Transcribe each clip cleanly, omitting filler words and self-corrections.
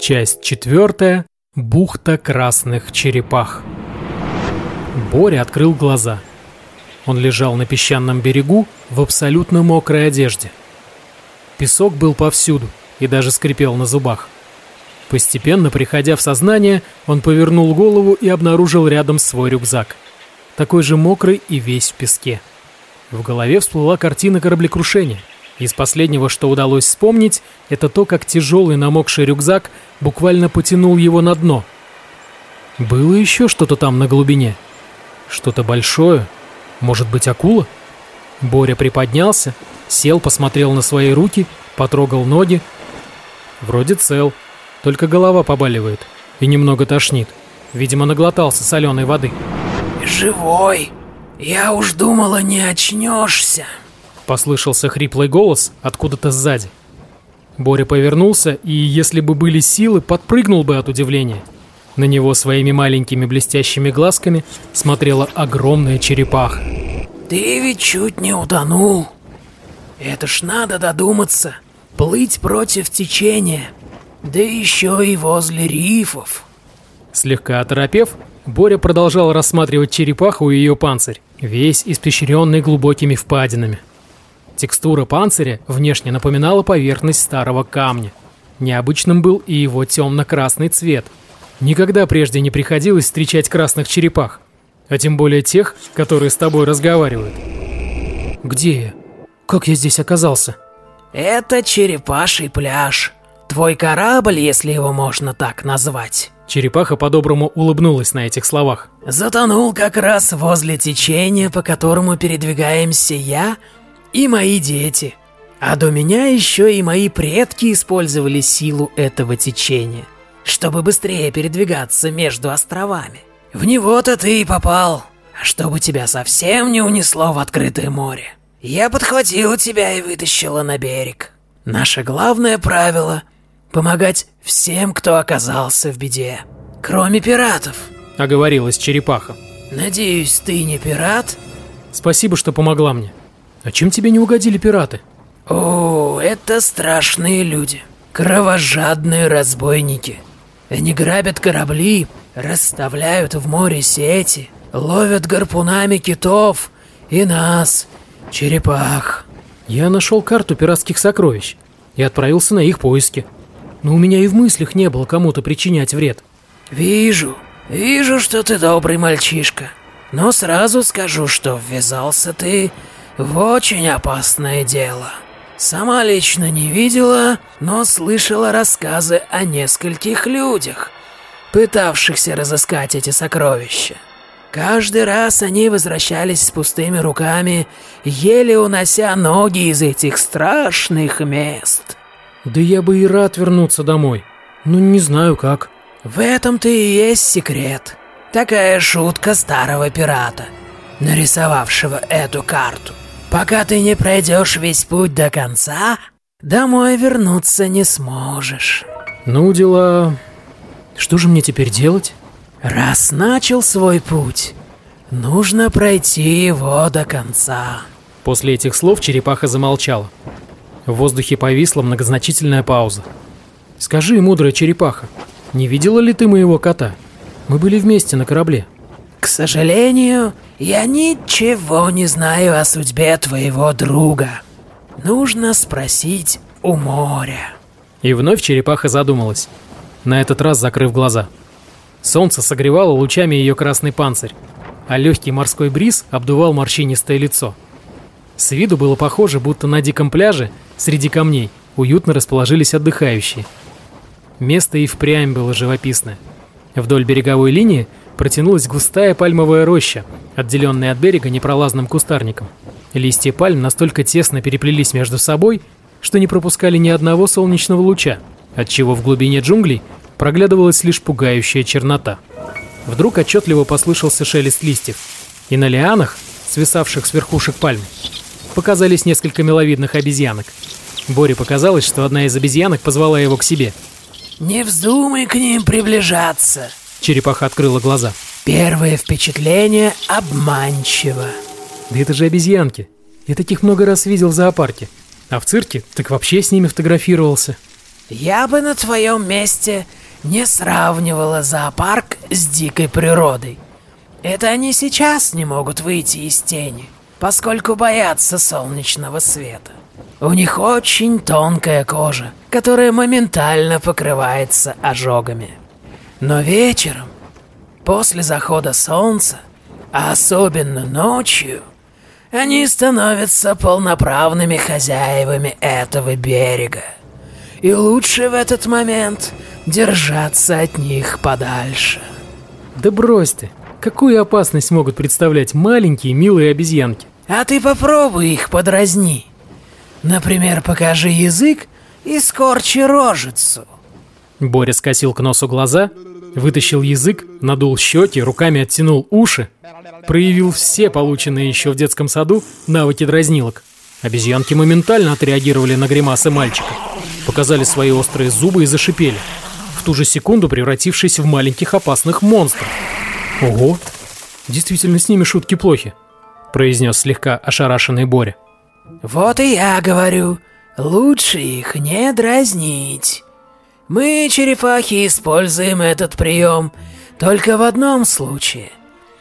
Часть 4. Бухта красных черепах. Боря открыл глаза. Он лежал на песчаном берегу в абсолютно мокрой одежде. Песок был повсюду и даже скрипел на зубах. Постепенно, приходя в сознание, он повернул голову и обнаружил рядом свой рюкзак. Такой же мокрый и весь в песке. В голове всплыла картина кораблекрушения. Из последнего, что удалось вспомнить, это то, как тяжелый намокший рюкзак буквально потянул его на дно. Было еще что-то там на глубине. Что-то большое. Может быть, акула? Боря приподнялся, сел, посмотрел на свои руки, потрогал ноги. Вроде цел, только голова побаливает и немного тошнит. Видимо, наглотался соленой воды. «Живой! Я уж думала, не очнешься!» Послышался хриплый голос откуда-то сзади. Боря повернулся и, если бы были силы, подпрыгнул бы от удивления. На него своими маленькими блестящими глазками смотрела огромная черепаха. «Ты ведь чуть не утонул. Это ж надо додуматься, плыть против течения, да еще и возле рифов». Слегка оторопев, Боря продолжал рассматривать черепаху и ее панцирь, весь испещренный глубокими впадинами. Текстура панциря внешне напоминала поверхность старого камня. Необычным был и его темно-красный цвет. Никогда прежде не приходилось встречать красных черепах, а тем более тех, которые с тобой разговаривают. Где я? Как я здесь оказался? «Это черепаший пляж. Твой корабль, если его можно так назвать». Черепаха по-доброму улыбнулась на этих словах. «Затонул как раз возле течения, по которому передвигаемся я и мои дети. А до меня еще и мои предки использовали силу этого течения, чтобы быстрее передвигаться между островами. В него-то ты и попал. А чтобы тебя совсем не унесло в открытое море, я подхватила тебя и вытащила на берег. Наше главное правило — помогать всем, кто оказался в беде. Кроме пиратов», — оговорилась черепаха. «Надеюсь, ты не пират?» «Спасибо, что помогла мне. А чем тебе не угодили пираты?» «О, это страшные люди. Кровожадные разбойники. Они грабят корабли, расставляют в море сети, ловят гарпунами китов и нас, черепах». Я нашел карту пиратских сокровищ и отправился на их поиски. Но у меня и в мыслях не было кому-то причинять вред. Вижу, что ты добрый мальчишка. Но сразу скажу, что ввязался ты в очень опасное дело. Сама лично не видела, но слышала рассказы о нескольких людях, пытавшихся разыскать эти сокровища. Каждый раз они возвращались с пустыми руками, еле унося ноги из этих страшных мест. Да я бы и рад вернуться домой, но не знаю как. В этом-то и есть секрет. Такая шутка старого пирата, нарисовавшего эту карту. Пока ты не пройдешь весь путь до конца, домой вернуться не сможешь. Ну, дела... Что же мне теперь делать? Раз начал свой путь, нужно пройти его до конца. После этих слов черепаха замолчала. В воздухе повисла многозначительная пауза. Скажи, мудрая черепаха, не видела ли ты моего кота? Мы были вместе на корабле. К сожалению, я ничего не знаю о судьбе твоего друга. Нужно спросить у моря. И вновь черепаха задумалась, на этот раз закрыв глаза. Солнце согревало лучами ее красный панцирь, а легкий морской бриз обдувал морщинистое лицо. С виду было похоже, будто на диком пляже среди камней уютно расположились отдыхающие. Место и впрямь было живописное. Вдоль береговой линии протянулась густая пальмовая роща, отделенная от берега непролазным кустарником. Листья пальм настолько тесно переплелись между собой, что не пропускали ни одного солнечного луча, отчего в глубине джунглей проглядывалась лишь пугающая чернота. Вдруг отчетливо послышался шелест листьев, и на лианах, свисавших с верхушек пальм, показались несколько миловидных обезьянок. Боре показалось, что одна из обезьянок позвала его к себе. «Не вздумай к ним приближаться!» Черепаха открыла глаза. «Первое впечатление обманчиво». Да это же обезьянки. Я таких много раз видел в зоопарке. А в цирке так вообще с ними фотографировался. Я бы на твоем месте не сравнивала зоопарк с дикой природой. Это они сейчас не могут выйти из тени, поскольку боятся солнечного света. У них очень тонкая кожа, которая моментально покрывается ожогами. Но вечером, после захода солнца, а особенно ночью, они становятся полноправными хозяевами этого берега. И лучше в этот момент держаться от них подальше. Да брось ты, какую опасность могут представлять маленькие милые обезьянки? А ты попробуй их подразни. Например, покажи язык и скорчи рожицу. Боря скосил к носу глаза, вытащил язык, надул щеки, руками оттянул уши, проявил все полученные еще в детском саду навыки дразнилок. Обезьянки моментально отреагировали на гримасы мальчика, показали свои острые зубы и зашипели, в ту же секунду превратившись в маленьких опасных монстров. «Ого, действительно с ними шутки плохи», — произнес слегка ошарашенный Боря. Вот и я говорю, лучше их не дразнить. Мы, черепахи, используем этот прием только в одном случае.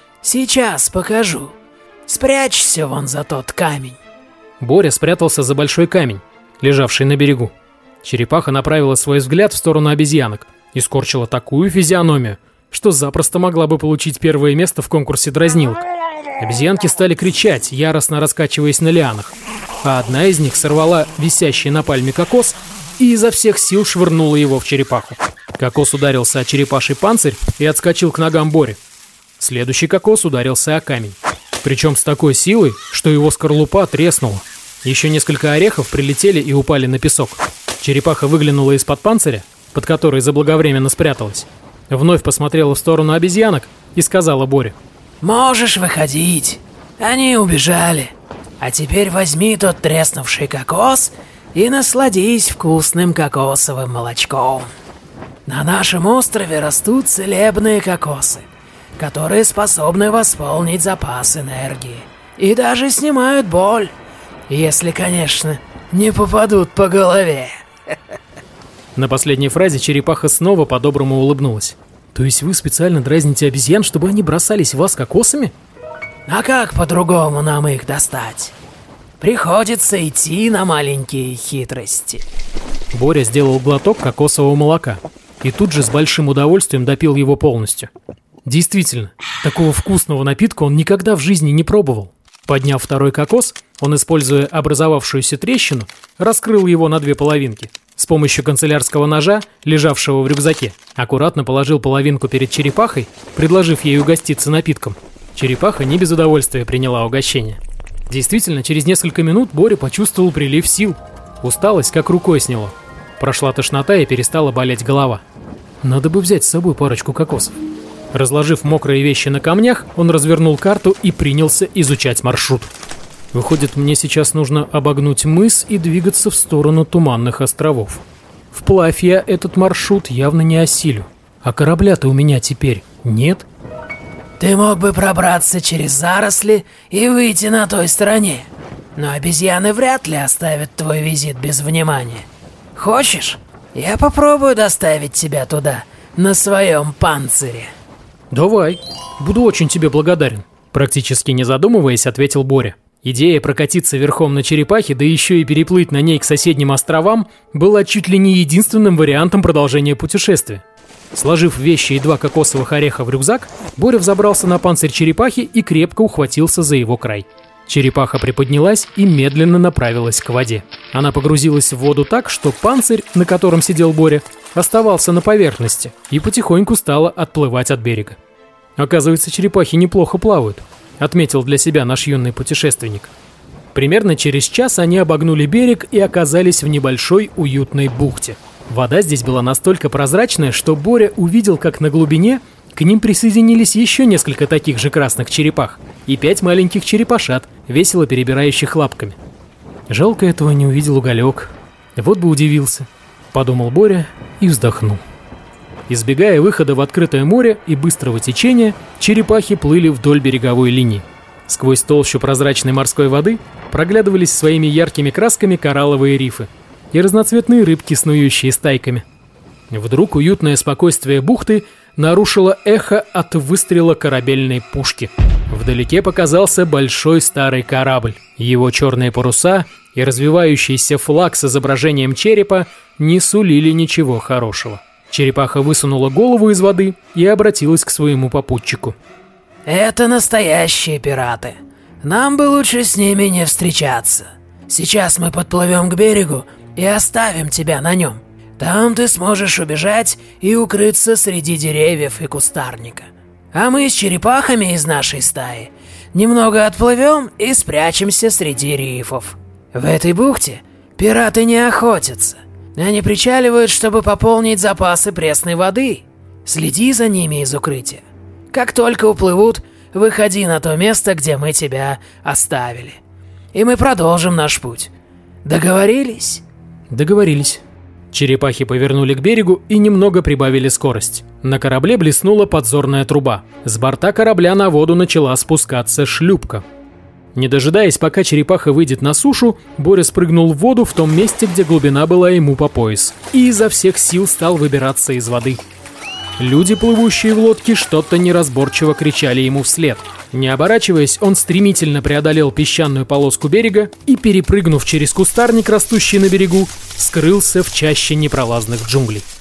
Сейчас покажу. Спрячься вон за тот камень. Боря спрятался за большой камень, лежавший на берегу. Черепаха направила свой взгляд в сторону обезьянок и скорчила такую физиономию, что запросто могла бы получить первое место в конкурсе дразнилок. Обезьянки стали кричать, яростно раскачиваясь на лианах, а одна из них сорвала висящий на пальме кокос и изо всех сил швырнула его в черепаху. Кокос ударился о черепаший панцирь и отскочил к ногам Бори. Следующий кокос ударился о камень, причем с такой силой, что его скорлупа треснула. Еще несколько орехов прилетели и упали на песок. Черепаха выглянула из-под панциря, под который заблаговременно спряталась, вновь посмотрела в сторону обезьянок и сказала Боре: «Можешь выходить. Они убежали. А теперь возьми тот треснувший кокос и насладись вкусным кокосовым молочком. На нашем острове растут целебные кокосы, которые способны восполнить запас энергии и даже снимают боль, если, конечно, не попадут по голове». На последней фразе черепаха снова по-доброму улыбнулась. «То есть вы специально дразните обезьян, чтобы они бросались в вас кокосами?» «А как по-другому нам их достать? Приходится идти на маленькие хитрости». Боря сделал глоток кокосового молока и тут же с большим удовольствием допил его полностью. Действительно, такого вкусного напитка он никогда в жизни не пробовал. Подняв второй кокос, он, используя образовавшуюся трещину, раскрыл его на две половинки. С помощью канцелярского ножа, лежавшего в рюкзаке, аккуратно положил половинку перед черепахой, предложив ей угоститься напитком. Черепаха не без удовольствия приняла угощение. Действительно, через несколько минут Боря почувствовал прилив сил. Усталость как рукой сняло. Прошла тошнота и перестала болеть голова. Надо бы взять с собой парочку кокосов. Разложив мокрые вещи на камнях, он развернул карту и принялся изучать маршрут. Выходит, мне сейчас нужно обогнуть мыс и двигаться в сторону Туманных островов. Вплавь я этот маршрут явно не осилю. А корабля-то у меня теперь нет. Ты мог бы пробраться через заросли и выйти на той стороне. Но обезьяны вряд ли оставят твой визит без внимания. Хочешь, я попробую доставить тебя туда на своем панцире? Давай, буду очень тебе благодарен. Практически не задумываясь, ответил Боря. Идея прокатиться верхом на черепахе, да еще и переплыть на ней к соседним островам, была чуть ли не единственным вариантом продолжения путешествия. Сложив вещи и 2 кокосовых ореха в рюкзак, Боря взобрался на панцирь черепахи и крепко ухватился за его край. Черепаха приподнялась и медленно направилась к воде. Она погрузилась в воду так, что панцирь, на котором сидел Боря, оставался на поверхности и потихоньку стала отплывать от берега. Оказывается, черепахи неплохо плавают, отметил для себя наш юный путешественник. Примерно через час они обогнули берег и оказались в небольшой уютной бухте. Вода здесь была настолько прозрачная, что Боря увидел, как на глубине к ним присоединились еще несколько таких же красных черепах и 5 маленьких черепашат, весело перебирающих лапками. Жалко, этого не увидел Уголек. Вот бы удивился, подумал Боря и вздохнул. Избегая выхода в открытое море и быстрого течения, черепахи плыли вдоль береговой линии. Сквозь толщу прозрачной морской воды проглядывались своими яркими красками коралловые рифы. и разноцветные рыбки, снующие стайками. Вдруг уютное спокойствие бухты нарушило эхо от выстрела корабельной пушки. Вдалеке показался большой старый корабль. Его черные паруса и развивающийся флаг с изображением черепа не сулили ничего хорошего. Черепаха высунула голову из воды и обратилась к своему попутчику. «Это настоящие пираты. Нам бы лучше с ними не встречаться. Сейчас мы подплывем к берегу и оставим тебя на нем. Там ты сможешь убежать и укрыться среди деревьев и кустарника. А мы с черепахами из нашей стаи немного отплывем и спрячемся среди рифов. В этой бухте пираты не охотятся. Они причаливают, чтобы пополнить запасы пресной воды. Следи за ними из укрытия. Как только уплывут, выходи на то место, где мы тебя оставили. И мы продолжим наш путь. Договорились?» Договорились. Черепахи повернули к берегу и немного прибавили скорость. На корабле блеснула подзорная труба. С борта корабля на воду начала спускаться шлюпка. Не дожидаясь, пока черепаха выйдет на сушу, Боря спрыгнул в воду в том месте, где глубина была ему по пояс, и изо всех сил стал выбираться из воды. Люди, плывущие в лодке, что-то неразборчиво кричали ему вслед. Не оборачиваясь, он стремительно преодолел песчаную полоску берега и, перепрыгнув через кустарник, растущий на берегу, скрылся в чаще непролазных джунглей.